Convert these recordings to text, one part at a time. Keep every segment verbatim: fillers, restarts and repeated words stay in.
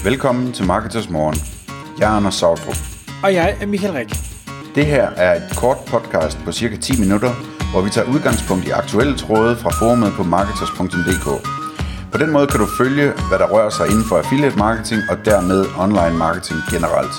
Velkommen til Marketers Morgen. Jeg er Anders Sautrup. Og jeg er Michael Rik. Det her er et kort podcast på cirka ti minutter, hvor vi tager udgangspunkt i aktuelle tråde fra forumet på marketers punktum d k. På den måde kan du følge, hvad der rører sig inden for affiliate marketing og dermed online marketing generelt.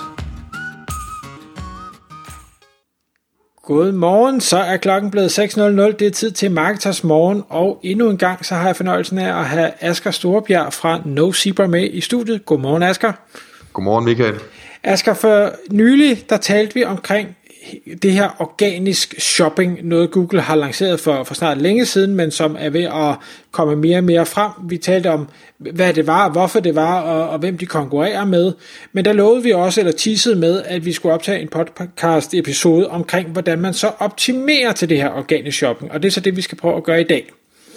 God morgen, så er klokken blevet seks nul nul. Det er tid til Marketers Morgen, og endnu en gang så har jeg fornøjelsen af at have Asger Storebjerg fra No Zebra med i studiet. Godmorgen, Asger. Godmorgen, Michael. Asger, for nylig der talte vi omkring det her organisk shopping, noget Google har lanceret for, for snart længe siden, men som er ved at komme mere og mere frem. Vi talte om, hvad det var, hvorfor det var, og, og hvem de konkurrerer med. Men der lovede vi også, eller teasede med, at vi skulle optage en podcast episode omkring, hvordan man så optimerer til det her organisk shopping. Og det er så det, vi skal prøve at gøre i dag.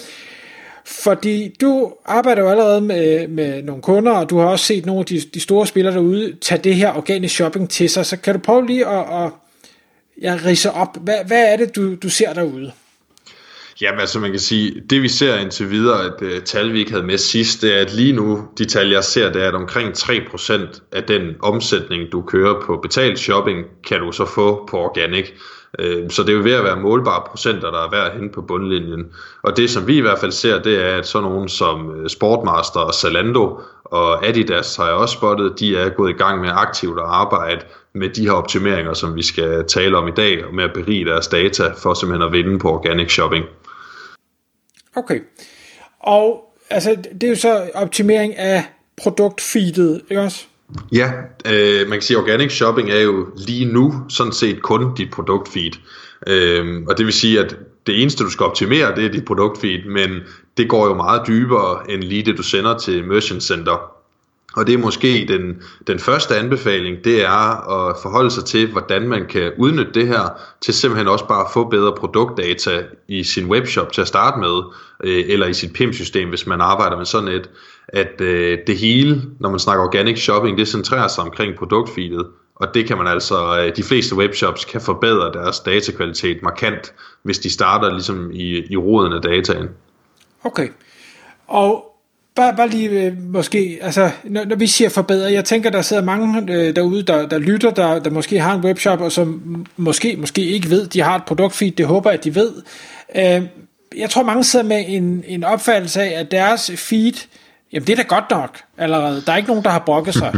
Fordi du arbejder jo allerede med, med nogle kunder, og du har også set nogle af de, de store spillere derude tage det her organisk shopping til sig. Så kan du prøve lige at, at jeg ridser op. Hvad, hvad er det, du, du ser derude? Jamen altså man kan sige, det vi ser indtil videre, et uh, tal vi ikke havde med sidst, det er at lige nu, de tal jeg ser, det er at omkring tre procent af den omsætning du kører på betalt shopping, kan du så få på organic. Uh, så det er jo ved at være målbare procenter, der er værd hen på bundlinjen. Og det som vi i hvert fald ser, det er at sådan nogen som Sportmaster og Zalando og Adidas har jeg også spottet, de er gået i gang med aktivt at arbejde med de her optimeringer, som vi skal tale om i dag, og med at berige deres data for simpelthen at vinde på organic shopping. Okay. Og altså, det er jo så optimering af produktfeedet, ikke også? Ja, øh, man kan sige, at organic shopping er jo lige nu sådan set kun dit produktfeed. Øh, og det vil sige, at det eneste du skal optimere, det er dit produktfeed, men det går jo meget dybere end lige det du sender til Merchant Center. Og det er måske den, den første anbefaling, det er at forholde sig til, hvordan man kan udnytte det her, til simpelthen også bare at få bedre produktdata i sin webshop til at starte med, øh, eller i sit P I M-system, hvis man arbejder med sådan et, at øh, det hele, når man snakker organic shopping, det centrerer sig omkring produktfeedet. Og det kan man altså, øh, de fleste webshops kan forbedre deres datakvalitet markant, hvis de starter ligesom i, i roden af dataen. Okay, og Bare, bare lige øh, måske, altså når, når vi siger forbedre, jeg tænker der sidder mange øh, derude, der, der lytter, der, der måske har en webshop, og som måske, måske ikke ved, de har et produktfeed, det håber jeg, at de ved. Øh, jeg tror mange sidder med en, en opfattelse af, at deres feed, jamen det er da godt nok allerede, der er ikke nogen, der har brokket sig.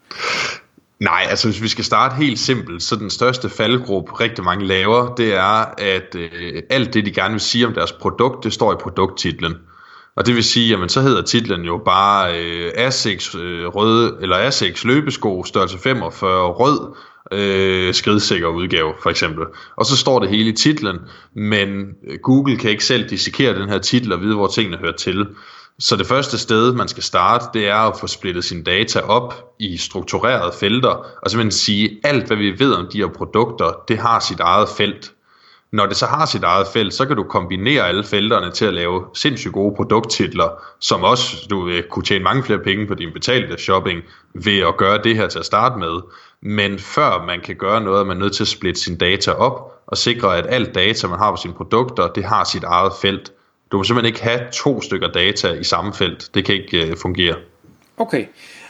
Nej, altså hvis vi skal starte helt simpelt, så den største faldgruppe rigtig mange laver, det er, at øh, alt det de gerne vil sige om deres produkt, det står i produkttitlen. Og det vil sige, jamen så hedder titlen jo bare øh, Asics øh, røde eller Asics løbesko størrelse femogfyrre rød øh, skridsikker udgave for eksempel. Og så står det hele i titlen, men Google kan ikke selv dissekere den her titel og vide hvor tingene hører til. Så det første sted man skal starte, det er at få splittet sine data op i strukturerede felter og simpelthen sige alt hvad vi ved om de her produkter, det har sit eget felt. Når det så har sit eget felt, så kan du kombinere alle felterne til at lave sindssygt gode produkttitler, som også du vil kunne tjene mange flere penge på din betalte shopping ved at gøre det her til at starte med. Men før man kan gøre noget, er man nødt til at splitte sin data op og sikre, at alt data, man har på sine produkter, det har sit eget felt. Du må simpelthen ikke have to stykker data i samme felt. Det kan ikke uh, fungere. Okay,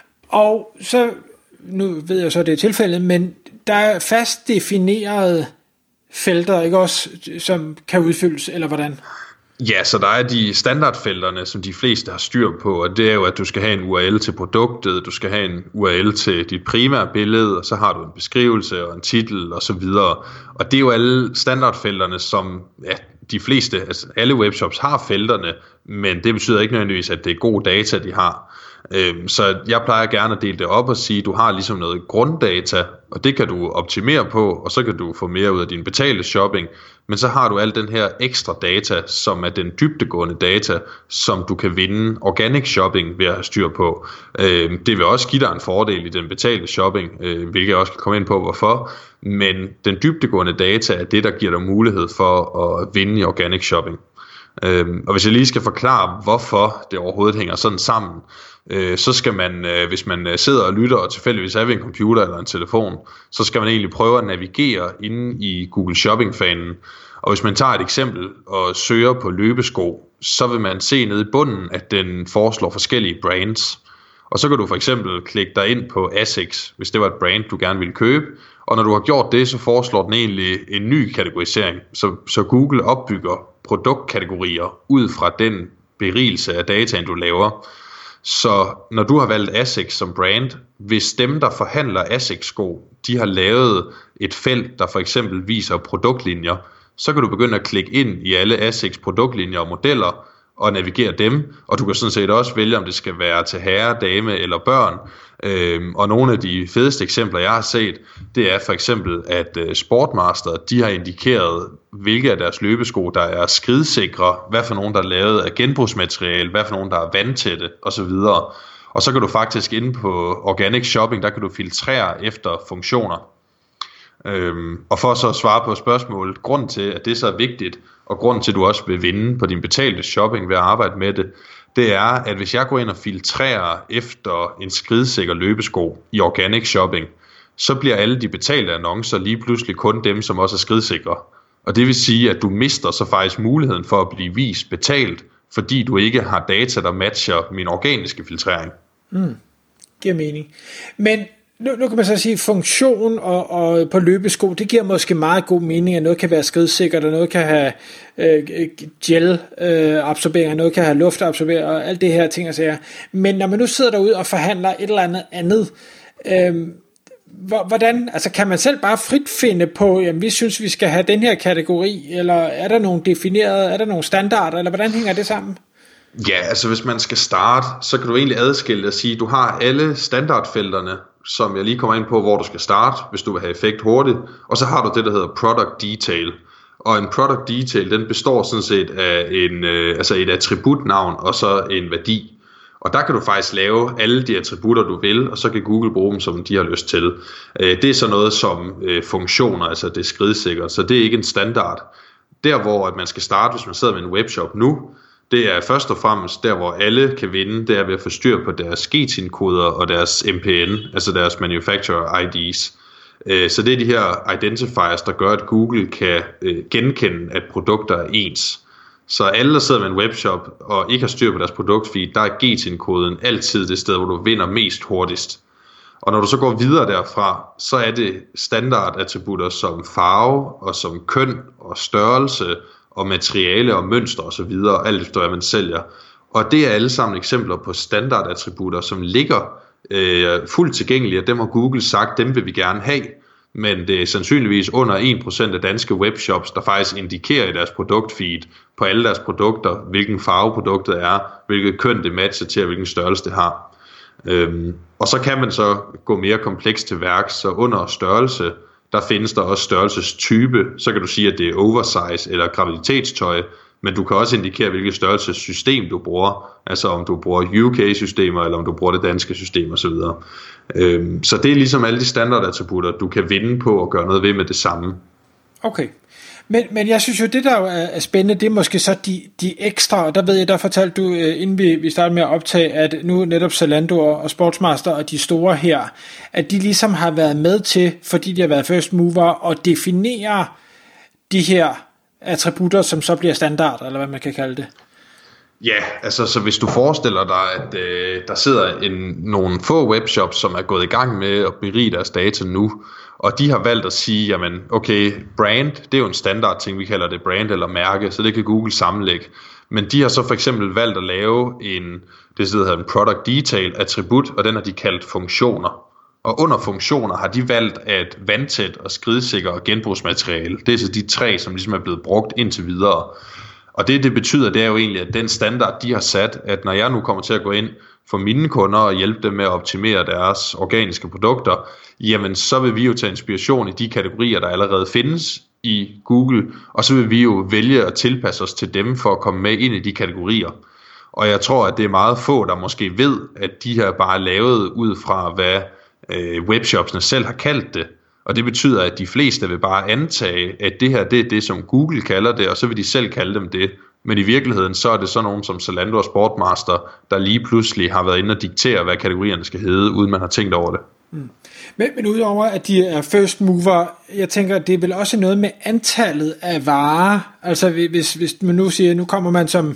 og så, nu ved jeg så, det er tilfældet, men der er fast definerede felter, ikke også, som kan udfyldes, eller hvordan? Ja, så der er de standardfelterne, som de fleste har styr på, og det er jo, at du skal have en U R L til produktet, du skal have en U R L til dit primære billede, og så har du en beskrivelse og en titel og så videre. Og det er jo alle standardfelterne, som ja, de fleste, altså alle webshops har felterne, men det betyder ikke nødvendigvis, at det er god data, de har. Så jeg plejer gerne at dele det op og sige, at du har ligesom noget grunddata, og det kan du optimere på, og så kan du få mere ud af din betalte shopping, men så har du al den her ekstra data, som er den dybdegående data, som du kan vinde organic shopping ved at have styr på. Det vil også give dig en fordel i den betalte shopping, hvilket jeg også kan komme ind på hvorfor, men den dybdegående data er det, der giver dig mulighed for at vinde i organic shopping. Og hvis jeg lige skal forklare, hvorfor det overhovedet hænger sådan sammen, så skal man, hvis man sidder og lytter og tilfældigvis er ved en computer eller en telefon, så skal man egentlig prøve at navigere inde i Google Shopping-fanen. Og hvis man tager et eksempel og søger på løbesko, så vil man se nede i bunden, at den foreslår forskellige brands. Og så kan du for eksempel klikke dig ind på Asics, hvis det var et brand, du gerne ville købe. Og når du har gjort det, så foreslår den egentlig en ny kategorisering. Så, så Google opbygger produktkategorier ud fra den berigelse af dataen, du laver. Så når du har valgt Asics som brand, hvis dem, der forhandler Asics-sko, de har lavet et felt, der for eksempel viser produktlinjer, så kan du begynde at klikke ind i alle Asics produktlinjer og modeller, og navigere dem, og du kan sådan set også vælge, om det skal være til herre, dame eller børn. Øhm, og nogle af de fedeste eksempler, jeg har set, det er for eksempel, at uh, Sportmaster, de har indikeret, hvilke af deres løbesko, der er skridsikre, hvad for nogen, der er lavet af genbrugsmateriale, hvad for nogen, der er vandtætte, osv. Og så kan du faktisk inde på Organic Shopping, der kan du filtrere efter funktioner. Øhm, og for så at svare på spørgsmålet, grund til, at det så er vigtigt, og grund til, at du også vil vinde på din betalte shopping ved at arbejde med det, det er, at hvis jeg går ind og filtrerer efter en skridsikker løbesko i Organic Shopping, så bliver alle de betalte annoncer lige pludselig kun dem, som også er skridsikre. Og det vil sige, at du mister så faktisk muligheden for at blive vist betalt, fordi du ikke har data, der matcher min organiske filtrering. Mm, giver mening. Men Nu, nu kan man så sige, funktion og, og på løbesko, det giver måske meget god mening, at noget kan være skridsikkert, og noget kan have øh, gel-absorbering, øh, noget kan have luftabsorbering, og alt det her ting og sager. Men når man nu sidder derude og forhandler et eller andet andet, øh, hvordan, altså kan man selv bare frit finde på, jamen vi synes, vi skal have den her kategori, eller er der nogle definerede, er der nogle standarder, eller hvordan hænger det sammen? Ja, altså hvis man skal starte, så kan du egentlig adskille og sige, at du har alle standardfelterne, som jeg lige kommer ind på, hvor du skal starte, hvis du vil have effekt hurtigt, og så har du det, der hedder Product Detail. Og en Product Detail, den består sådan set af en, øh, altså et attributnavn og så en værdi. Og der kan du faktisk lave alle de attributter, du vil, og så kan Google bruge dem, som de har lyst til. Øh, det er så noget som øh, funktioner, altså det er skridsikkert, så det er ikke en standard. Der, hvor at man skal starte, hvis man sidder med en webshop nu, det er først og fremmest der, hvor alle kan vinde, det er ved at få styr på deres G T I N-koder og deres M P N, altså deres Manufacturer I Ds. Så det er de her identifiers, der gør, at Google kan genkende, at produkter er ens. Så alle, der sidder med en webshop og ikke har styr på deres produktfeed, der er G T I N-koden altid det sted, hvor du vinder mest hurtigst. Og når du så går videre derfra, så er det standardattributter som farve og som køn og størrelse og materiale og mønster og så videre, alt efter hvad man sælger. Og det er alle sammen eksempler på standardattributter, som ligger øh, fuldt tilgængelige, og dem har Google sagt, dem vil vi gerne have, men det er sandsynligvis under en procent af danske webshops, der faktisk indikerer i deres produktfeed på alle deres produkter, hvilken farve produktet er, hvilket køn det matcher til, og hvilken størrelse det har. Øhm, og så kan man så gå mere komplekst til værk, så under størrelse, der findes der også størrelsestype, så kan du sige, at det er oversize eller graviditetstøj, men du kan også indikere, hvilket størrelsessystem du bruger, altså om du bruger U K-systemer, eller om du bruger det danske system osv. Øhm, så det er ligesom alle de standardattributter, du kan vinde på og gøre noget ved med det samme. Okay. Men, men jeg synes jo, det der er spændende, det er måske så de, de ekstra, og der ved jeg, der fortalte du, inden vi, vi startede med at optage, at nu netop Zalando og Sportsmaster og de store her, at de ligesom har været med til, fordi de har været first mover, at definere de her attributter, som så bliver standard, eller hvad man kan kalde det. Ja, altså så hvis du forestiller dig, at øh, der sidder en, nogle få webshops, som er gået i gang med at berige deres data nu, og de har valgt at sige, jamen okay, brand, det er jo en standard ting, vi kalder det brand eller mærke, så det kan Google sammenlægge. Men de har så for eksempel valgt at lave en, det hedder en product detail attribut, og den har de kaldt funktioner. Og under funktioner har de valgt, at vandtæt og skridsikker og genbrugsmateriale, det er så de tre, som ligesom er blevet brugt indtil videre. Og det, det betyder, det er jo egentlig, at den standard, de har sat, at når jeg nu kommer til at gå ind for mine kunder og hjælpe dem med at optimere deres organiske produkter, jamen så vil vi jo tage inspiration i de kategorier, der allerede findes i Google, og så vil vi jo vælge at tilpasse os til dem for at komme med ind i de kategorier. Og jeg tror, at det er meget få, der måske ved, at de her bare er lavet ud fra, hvad øh, webshopsene selv har kaldt det. Og det betyder, at de fleste vil bare antage, at det her det er det, som Google kalder det, og så vil de selv kalde dem det. Men i virkeligheden, så er det sådan nogen som Zalando og Sportmaster, der lige pludselig har været inde og diktere, hvad kategorierne skal hedde, uden man har tænkt over det. Mm. Men, men udover at de er first mover, jeg tænker, det er vel også noget med antallet af varer. Altså hvis, hvis man nu siger, nu kommer man som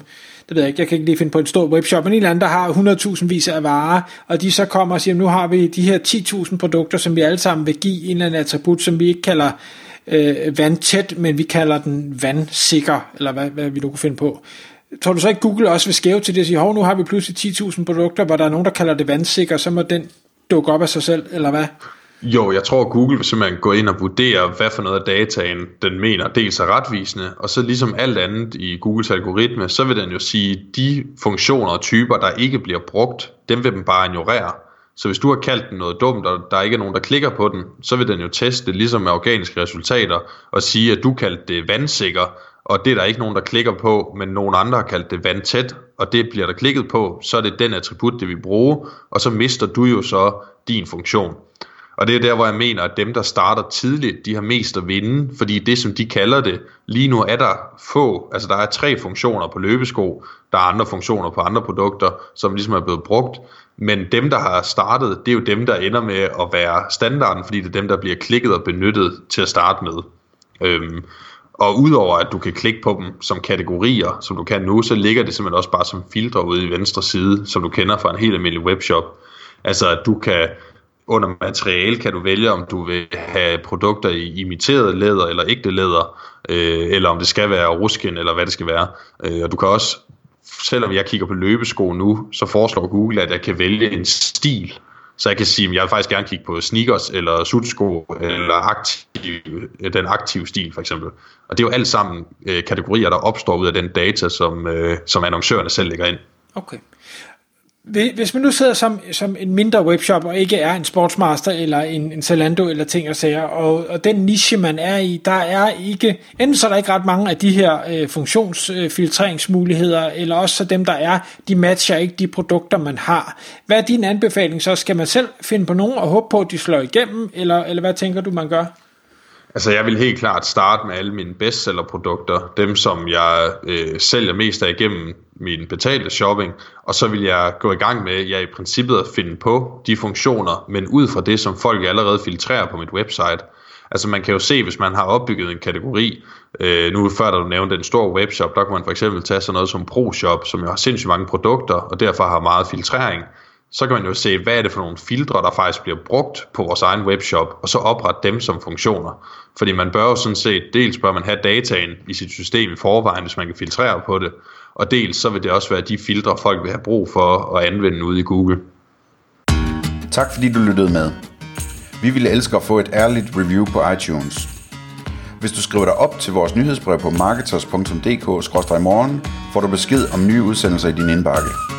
det ved jeg ikke, jeg kan ikke lige finde på en stor webshop, men en eller anden, der har hundrede tusind vis af varer, og de så kommer og siger, nu har vi de her ti tusind produkter, som vi alle sammen vil give en eller anden attribut, som vi ikke kalder øh, vandtæt, men vi kalder den vandsikker, eller hvad, hvad vi nu kunne finde på. Tror du så ikke, Google også vil skæve til det og sige, hov, nu har vi pludselig ti tusind produkter, hvor der er nogen, der kalder det vandsikker, så må den dukke op af sig selv, eller hvad? Jo, jeg tror, at Google vil simpelthen gå ind og vurdere, hvad for noget af dataen den mener dels er retvisende, og så ligesom alt andet i Googles algoritme, så vil den jo sige, de funktioner og typer, der ikke bliver brugt, dem vil den bare ignorere. Så hvis du har kaldt den noget dumt, og der ikke er nogen, der klikker på den, så vil den jo teste ligesom med organiske resultater, og sige, at du kaldte det vandsikker, og det er der ikke nogen, der klikker på, men nogen andre har kaldt det vandtæt, og det bliver der klikket på, så er det den attribut, det vi bruger, og så mister du jo så din funktion. Og det er der, hvor jeg mener, at dem, der starter tidligt, de har mest at vinde, fordi det, som de kalder det, lige nu er der få, altså der er tre funktioner på løbesko, der er andre funktioner på andre produkter, som ligesom er blevet brugt, men dem, der har startet, det er jo dem, der ender med at være standarden, fordi det er dem, der bliver klikket og benyttet til at starte med. Øhm, og udover at du kan klikke på dem som kategorier, som du kan nu, så ligger det simpelthen også bare som filtre ude i venstre side, som du kender fra en helt almindelig webshop. Altså at du kan under materiale kan du vælge, om du vil have produkter i imiteret læder eller ægte læder, øh, eller om det skal være ruskin, eller hvad det skal være. Øh, og du kan også, selvom jeg kigger på løbesko nu, så foreslår Google, at jeg kan vælge en stil. Så jeg kan sige, at jeg vil faktisk gerne kigge på sneakers, eller sutsko, eller aktiv, den aktive stil for eksempel. Og det er jo alt sammen øh, kategorier, der opstår ud af den data, som, øh, som annoncørerne selv lægger ind. Okay. Hvis man nu sidder som, som en mindre webshop, og ikke er en Sportsmaster, eller en, en Zalando, eller ting og sager, og, og den niche, man er i, der er ikke, enten så er der ikke ret mange af de her øh, funktionsfiltreringsmuligheder, øh, eller også så dem, der er, de matcher ikke de produkter, man har. Hvad er din anbefaling så? Skal man selv finde på nogen og håbe på, at de slår igennem, eller, eller hvad tænker du, man gør? Altså jeg vil helt klart starte med alle mine bestsellerprodukter, dem som jeg øh, sælger mest af igennem min betalte shopping, og så vil jeg gå i gang med, jeg i princippet at finde på de funktioner, men ud fra det, som folk allerede filtrerer på mit website. Altså man kan jo se, hvis man har opbygget en kategori, øh, nu før da du nævnte en stor webshop, der kan man for eksempel tage sådan noget som ProShop, som jo har sindssygt mange produkter, og derfor har meget filtrering. Så kan man jo se, hvad er det for nogle filtre, der faktisk bliver brugt på vores egen webshop, og så oprette dem som funktioner. Fordi man bør jo sådan set, dels bør man have dataen i sit system i forvejen, hvis man kan filtrere på det, og dels så vil det også være de filtre, folk vil have brug for at anvende ude i Google. Tak fordi du lyttede med. Vi ville elske at få et ærligt review på iTunes. Hvis du skriver dig op til vores nyhedsbrev på marketers punktum d k skråstreg morgen, får du besked om nye udsendelser i din indbakke.